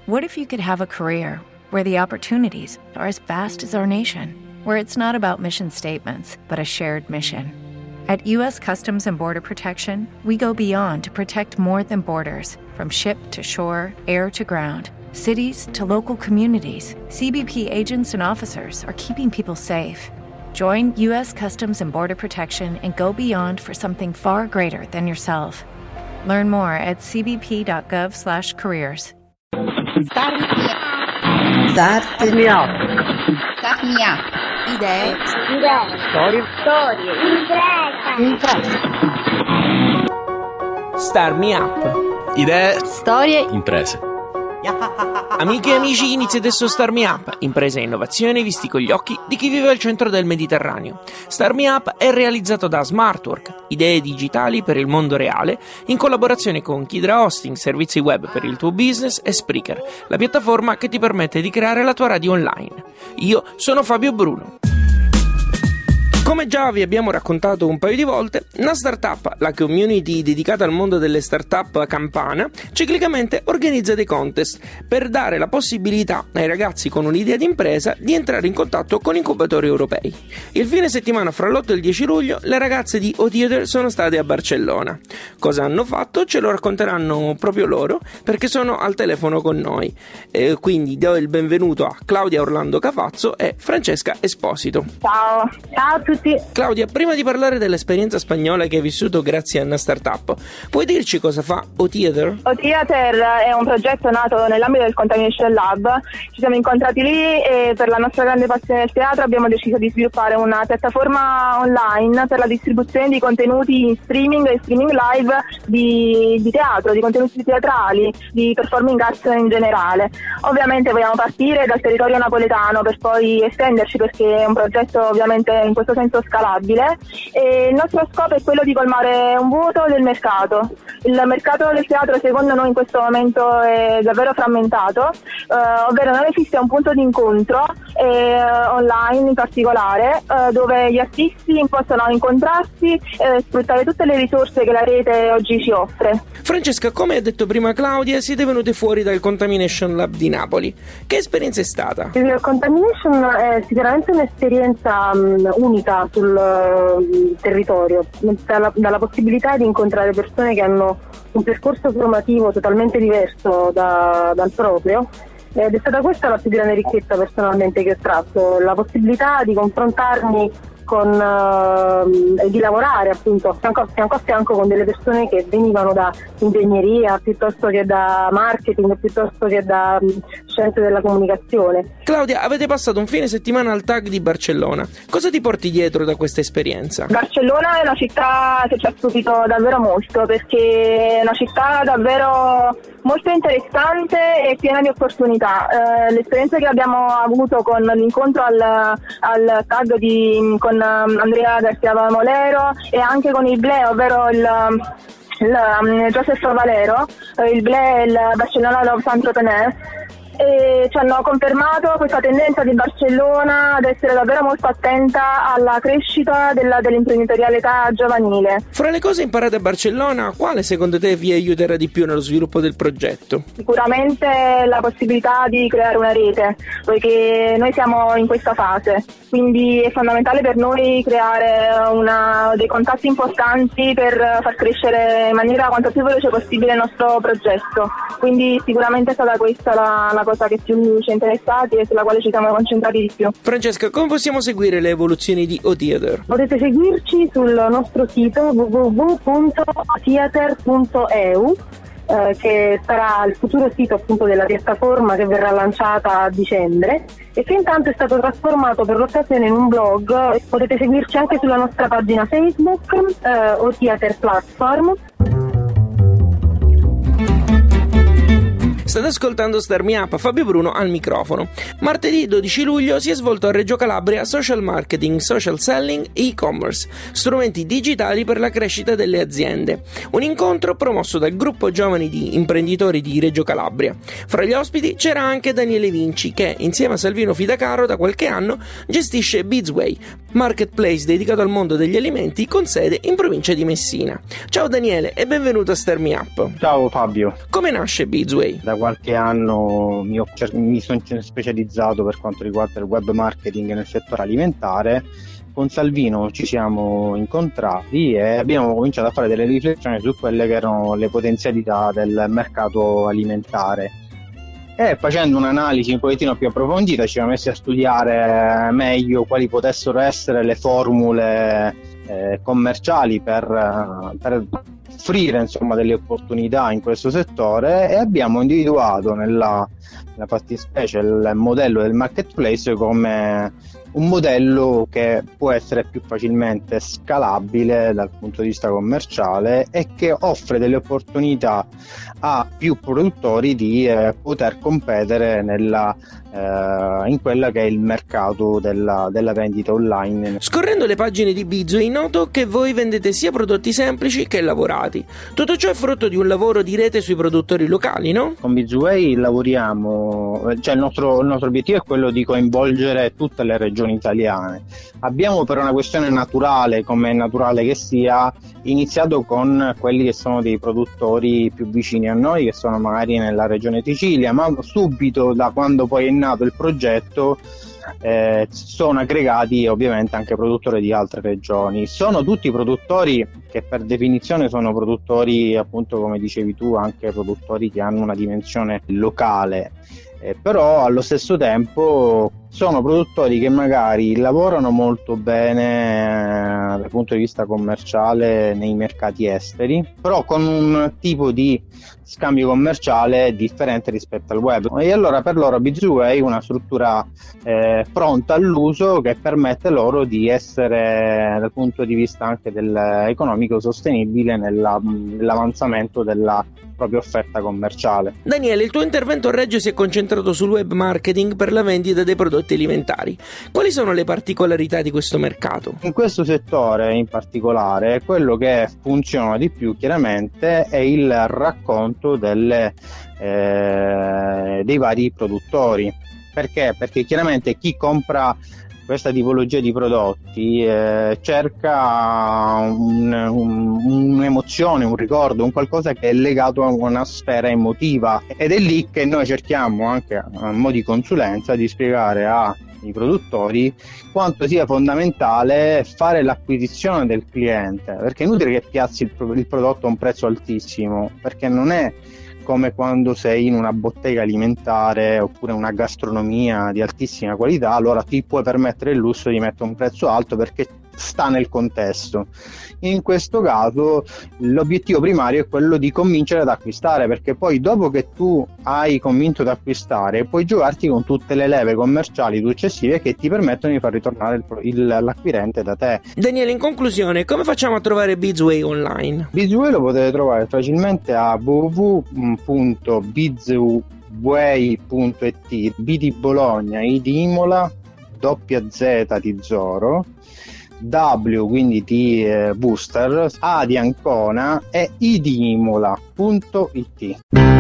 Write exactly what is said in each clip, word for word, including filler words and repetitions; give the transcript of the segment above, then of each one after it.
What if you could have a career where the opportunities are as vast as our nation, where it's not about mission statements, but a shared mission? At U S Customs and Border Protection, we go beyond to protect more than borders. From ship to shore, air to ground, cities to local communities, C B P agents and officers are keeping people safe. Join U S Customs and Border Protection and go beyond for something far greater than yourself. Learn more at c b p dot gov slash careers. Start me up. Start me up. Start me up. Idee. Idee. Storie. Storie. Imprese. Start me up. Idee. Storie. Imprese. Amiche e amici, inizia adesso Start Me Up, impresa e innovazione visti con gli occhi di chi vive al centro del Mediterraneo. Start Me Up è realizzato da Smartwork, idee digitali per il mondo reale, in collaborazione con Kidra Hosting, servizi web per il tuo business, e Spreaker, la piattaforma che ti permette di creare la tua radio online. Io sono Fabio Bruno. Come già vi abbiamo raccontato un paio di volte, una startup, la community dedicata al mondo delle startup campana, ciclicamente organizza dei contest per dare la possibilità ai ragazzi con un'idea di impresa di entrare in contatto con incubatori europei. Il fine settimana fra l'otto e il dieci luglio le ragazze di O-Theater sono state a Barcellona. Cosa hanno fatto? Ce lo racconteranno proprio loro, perché sono al telefono con noi. E quindi do il benvenuto a Claudia Orlando Cafazzo e Francesca Esposito. Ciao, ciao a tutti. Claudia, prima di parlare dell'esperienza spagnola che hai vissuto grazie a una startup, puoi dirci cosa fa O-Theater? O-Theater è un progetto nato nell'ambito del Contamination Lab. Ci siamo incontrati lì e per la nostra grande passione del teatro abbiamo deciso di sviluppare una piattaforma online per la distribuzione di contenuti in streaming e streaming live di, di teatro, di contenuti teatrali, di performing arts in generale. Ovviamente vogliamo partire dal territorio napoletano per poi estenderci, perché è un progetto ovviamente in questo senso scalabile, e il nostro scopo è quello di colmare un vuoto del mercato. Il mercato del teatro secondo noi in questo momento è davvero frammentato, eh, ovvero non esiste un punto di incontro eh, online in particolare eh, dove gli artisti possono incontrarsi e sfruttare tutte le risorse che la rete oggi ci offre. Francesca, come ha detto prima Claudia, siete venute fuori dal Contamination Lab di Napoli. Che esperienza è stata? Il Contamination è sicuramente un'esperienza um, unica sul uh, territorio, dalla, dalla possibilità di incontrare persone che hanno un percorso formativo totalmente diverso da, dal proprio, ed è stata questa la più grande ricchezza personalmente che ho tratto, la possibilità di confrontarmi con uh, e di lavorare appunto fianco a, fianco a fianco con delle persone che venivano da ingegneria piuttosto che da marketing, piuttosto che da um, scienze della comunicazione. Claudia, avete passato un fine settimana al Tag di Barcellona. Cosa ti porti dietro da questa esperienza? Barcellona è una città che ci ha stupito davvero molto, perché è una città davvero molto interessante e piena di opportunità. Eh, l'esperienza che abbiamo avuto con l'incontro al, al Tag di, con Andrea Garcia Molero e anche con il B L E, ovvero il, il um, Joseph Valero, il B L E e il Barcelona Love Entrepreneurs, e ci hanno confermato questa tendenza di Barcellona ad essere davvero molto attenta alla crescita della, dell'imprenditorialità giovanile. Fra le cose imparate a Barcellona, quale secondo te vi aiuterà di più nello sviluppo del progetto? Sicuramente la possibilità di creare una rete, poiché noi siamo in questa fase, quindi è fondamentale per noi creare una, dei contatti importanti per far crescere in maniera quanto più veloce possibile il nostro progetto. Quindi sicuramente è stata questa la, la cosa che più ci è interessati e sulla quale ci siamo concentrati di più. Francesca, come possiamo seguire le evoluzioni di O-Theater? Potete seguirci sul nostro sito w w w punto theater punto e u, eh, che sarà il futuro sito appunto della piattaforma che verrà lanciata a dicembre e che intanto è stato trasformato per l'occasione in un blog. Potete seguirci anche sulla nostra pagina Facebook, eh, O-Theater Platform. State ascoltando Start Me Up, Fabio Bruno al microfono. Martedì dodici luglio si è svolto a Reggio Calabria Social Marketing, Social Selling e E-Commerce, strumenti digitali per la crescita delle aziende. Un incontro promosso dal gruppo giovani di imprenditori di Reggio Calabria. Fra gli ospiti c'era anche Daniele Vinci che, insieme a Salvino Fidacaro, da qualche anno gestisce Bizway, marketplace dedicato al mondo degli alimenti con sede in provincia di Messina. Ciao Daniele e benvenuto a Star Me Up. Ciao Fabio. Come nasce Bizway? Da qualche anno mi, ho, mi sono specializzato per quanto riguarda il web marketing nel settore alimentare. Con Salvino ci siamo incontrati e abbiamo cominciato a fare delle riflessioni su quelle che erano le potenzialità del mercato alimentare. E facendo un'analisi un pochettino più approfondita ci siamo messi a studiare meglio quali potessero essere le formule eh, commerciali per, per offrire insomma delle opportunità in questo settore, e abbiamo individuato nella, nella fattispecie il modello del marketplace come un modello che può essere più facilmente scalabile dal punto di vista commerciale e che offre delle opportunità a più produttori di eh, poter competere nella, eh, in quella che è il mercato della, della vendita online. Scorrendo le pagine di Bizway noto che voi vendete sia prodotti semplici che lavorati. Tutto ciò è frutto di un lavoro di rete sui produttori locali, no? Con Bizway lavoriamo, cioè il nostro, il nostro obiettivo è quello di coinvolgere tutte le regioni italiane. Abbiamo, per una questione naturale, come è naturale che sia, iniziato con quelli che sono dei produttori più vicini a noi, che sono magari nella regione Sicilia, ma subito da quando poi è nato il progetto eh, sono aggregati ovviamente anche produttori di altre regioni. Sono tutti produttori che per definizione sono produttori, appunto come dicevi tu, anche produttori che hanno una dimensione locale. Eh, però allo stesso tempo sono produttori che magari lavorano molto bene eh, dal punto di vista commerciale nei mercati esteri, però con un tipo di scambio commerciale differente rispetto al web. E allora per loro Bizway è una struttura eh, pronta all'uso che permette loro di essere dal punto di vista anche del economico sostenibile nella, nell'avanzamento della propria offerta commerciale. Daniele, il tuo intervento a Reggio si è concentrato sul web marketing per la vendita dei prodotti alimentari. Quali sono le particolarità di questo mercato? In questo settore in particolare quello che funziona di più chiaramente è il racconto delle, eh, dei vari produttori. Perché? Perché chiaramente chi compra questa tipologia di prodotti eh, cerca un, un, un'emozione, un ricordo, un qualcosa che è legato a una sfera emotiva, ed è lì che noi cerchiamo anche a mo' di consulenza di spiegare ai produttori quanto sia fondamentale fare l'acquisizione del cliente, perché è inutile che piazzi il, il prodotto a un prezzo altissimo, perché non è come quando sei in una bottega alimentare oppure una gastronomia di altissima qualità, allora ti puoi permettere il lusso di mettere un prezzo alto perché sta nel contesto. In questo caso l'obiettivo primario è quello di convincere ad acquistare, perché poi dopo che tu hai convinto ad acquistare puoi giocarti con tutte le leve commerciali successive che ti permettono di far ritornare il, il, l'acquirente da te. Daniele, in conclusione, come facciamo a trovare Bizway online? Bizway lo potete trovare facilmente a w w w punto bizway punto i t, B di Bologna, I di Imola, Z Z di Zoro, W quindi di eh, Booster, A di Ancona e I di Imola punto it.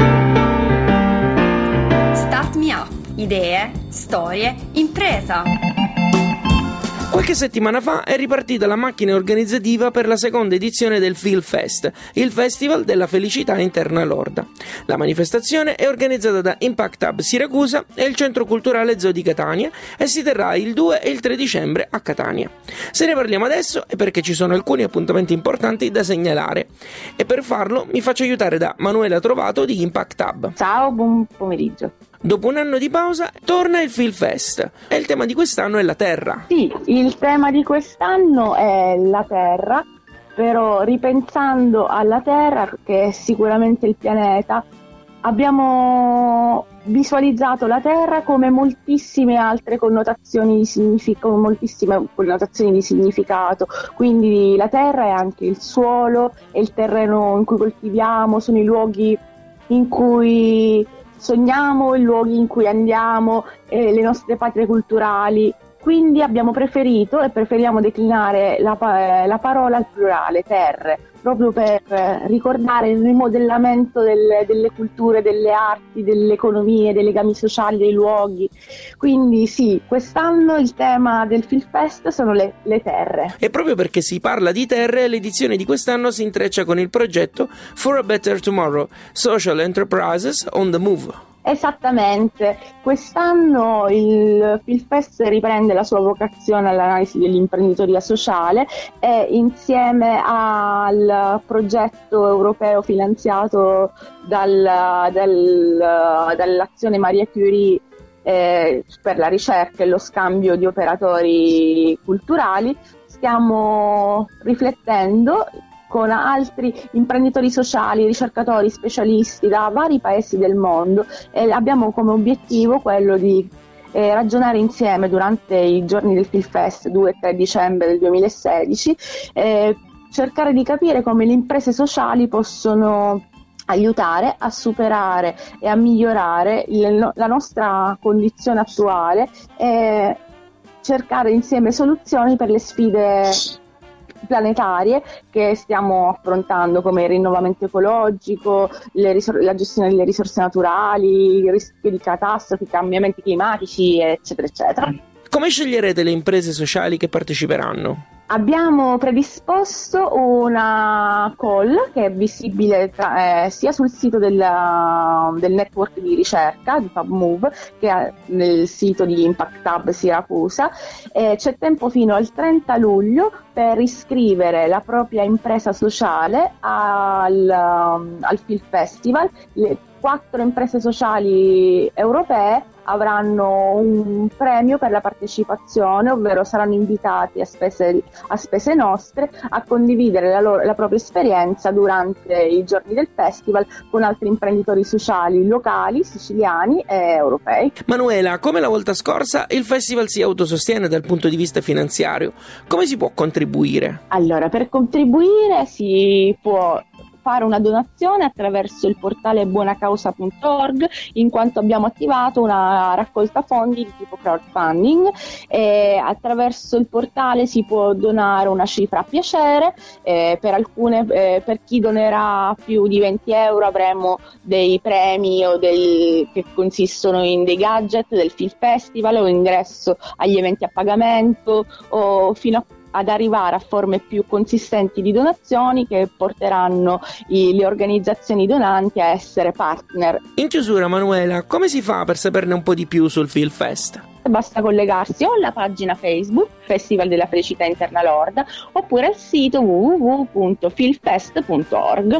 Start Me Up, idee, storie, impresa. Qualche settimana fa è ripartita la macchina organizzativa per la seconda edizione del FeelFest, il Festival della Felicità Interna Lorda. La manifestazione è organizzata da Impact Hub Siracusa e il Centro Culturale Zoo di Catania e si terrà il due e il tre dicembre a Catania. Se ne parliamo adesso è perché ci sono alcuni appuntamenti importanti da segnalare e per farlo mi faccio aiutare da Manuela Trovato di Impact Hub. Ciao, buon pomeriggio. Dopo un anno di pausa torna il FeelFest e il tema di quest'anno è la terra. Sì, il tema di quest'anno è la terra, però ripensando alla terra, che è sicuramente il pianeta, abbiamo visualizzato la terra come moltissime altre connotazioni di significato, moltissime connotazioni di significato. Quindi la terra è anche il suolo, è il terreno in cui coltiviamo, sono i luoghi in cui sogniamo, i luoghi in cui andiamo, eh, le nostre patrie culturali. Quindi abbiamo preferito e preferiamo declinare la, la parola al plurale, terre, proprio per ricordare il rimodellamento delle, delle culture, delle arti, delle economie, dei legami sociali, dei luoghi. Quindi sì, quest'anno il tema del Filmfest sono le, le terre. E proprio perché si parla di terre, l'edizione di quest'anno si intreccia con il progetto For a Better Tomorrow, Social Enterprises on the Move. Esattamente, quest'anno il Filmfest riprende la sua vocazione all'analisi dell'imprenditoria sociale e insieme al progetto europeo finanziato dal, dal, dall'azione Maria Curie eh, per la ricerca e lo scambio di operatori culturali, stiamo riflettendo con altri imprenditori sociali, ricercatori, specialisti da vari paesi del mondo e abbiamo come obiettivo quello di eh, ragionare insieme durante i giorni del Filmfest due e tre dicembre del duemilasedici, eh, cercare di capire come le imprese sociali possono aiutare a superare e a migliorare il, la nostra condizione attuale e cercare insieme soluzioni per le sfide planetarie che stiamo affrontando, come il rinnovamento ecologico, le risor- la gestione delle risorse naturali, il rischio di catastrofi, cambiamenti climatici, eccetera, eccetera. Come sceglierete le imprese sociali che parteciperanano? Abbiamo predisposto una call che è visibile tra, eh, sia sul sito del, del network di ricerca di FabMove che nel sito di Impact Hub Siracusa. Eh, c'è tempo fino al trenta luglio per iscrivere la propria impresa sociale al, al Film Festival. Le quattro imprese sociali europee avranno un premio per la partecipazione, ovvero saranno invitati a spese, a spese nostre a condividere la, loro, la propria esperienza durante i giorni del festival con altri imprenditori sociali locali, siciliani e europei. Manuela, come la volta scorsa, il festival si autosostiene dal punto di vista finanziario. Come si può contribuire? Allora, per contribuire si può fare una donazione attraverso il portale buonacausa punto org, in quanto abbiamo attivato una raccolta fondi di tipo crowdfunding e attraverso il portale si può donare una cifra a piacere. Eh, per alcune eh, per chi donerà più di venti euro avremo dei premi o dei, che consistono in dei gadget del Film Festival o ingresso agli eventi a pagamento o fino a ad arrivare a forme più consistenti di donazioni che porteranno i, le organizzazioni donanti a essere partner. In chiusura, Manuela, come si fa per saperne un po' di più sul Filmfest? Basta collegarsi o alla pagina Facebook Festival della Felicità Interna Lorda oppure al sito w w w punto filmfest punto org.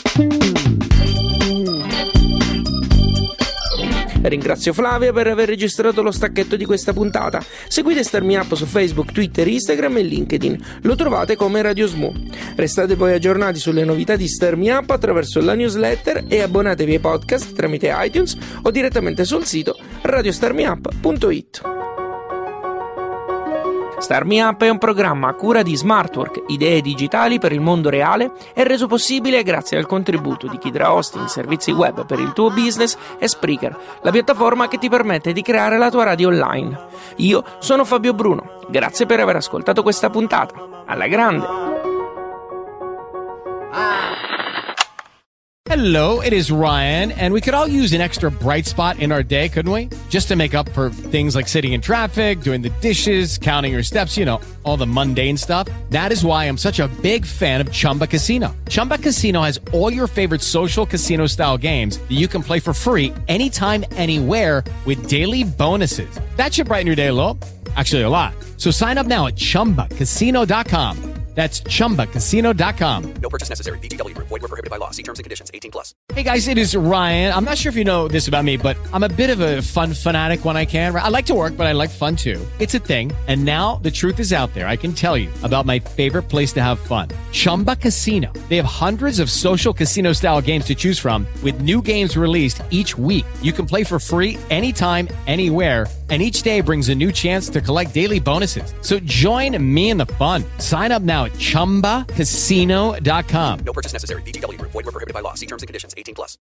Ringrazio Flavia per aver registrato lo stacchetto di questa puntata. Seguite Start Me Up su Facebook, Twitter, Instagram e LinkedIn. Lo trovate come Radio Smo. Restate poi aggiornati sulle novità di Start Me Up attraverso la newsletter e abbonatevi ai podcast tramite iTunes o direttamente sul sito radio star me up punto it. Start Me Up è un programma a cura di Smartwork, idee digitali per il mondo reale, e reso possibile grazie al contributo di Kidra Hosting, servizi web per il tuo business, e Spreaker, la piattaforma che ti permette di creare la tua radio online. Io sono Fabio Bruno, grazie per aver ascoltato questa puntata. Alla grande! Hello, it is Ryan, and we could all use an extra bright spot in our day, couldn't we? Just to make up for things like sitting in traffic, doing the dishes, counting your steps, you know, all the mundane stuff. That is why I'm such a big fan of Chumba Casino. Chumba Casino has all your favorite social casino-style games that you can play for free anytime, anywhere with daily bonuses. That should brighten your day a little. Actually, a lot. So sign up now at chumba casino dot com. That's chumba casino dot com. No purchase necessary. V G W Group. Void where prohibited by law. See terms and conditions. eighteen plus. Hey guys, it is Ryan. I'm not sure if you know this about me, but I'm a bit of a fun fanatic when I can. I like to work, but I like fun too. It's a thing. And now the truth is out there. I can tell you about my favorite place to have fun. Chumba Casino. They have hundreds of social casino style games to choose from with new games released each week. You can play for free anytime, anywhere. And each day brings a new chance to collect daily bonuses. So join me in the fun. Sign up now at chumba casino dot com. No purchase necessary. V G W Group. Void where prohibited by law. See terms and conditions. eighteen plus.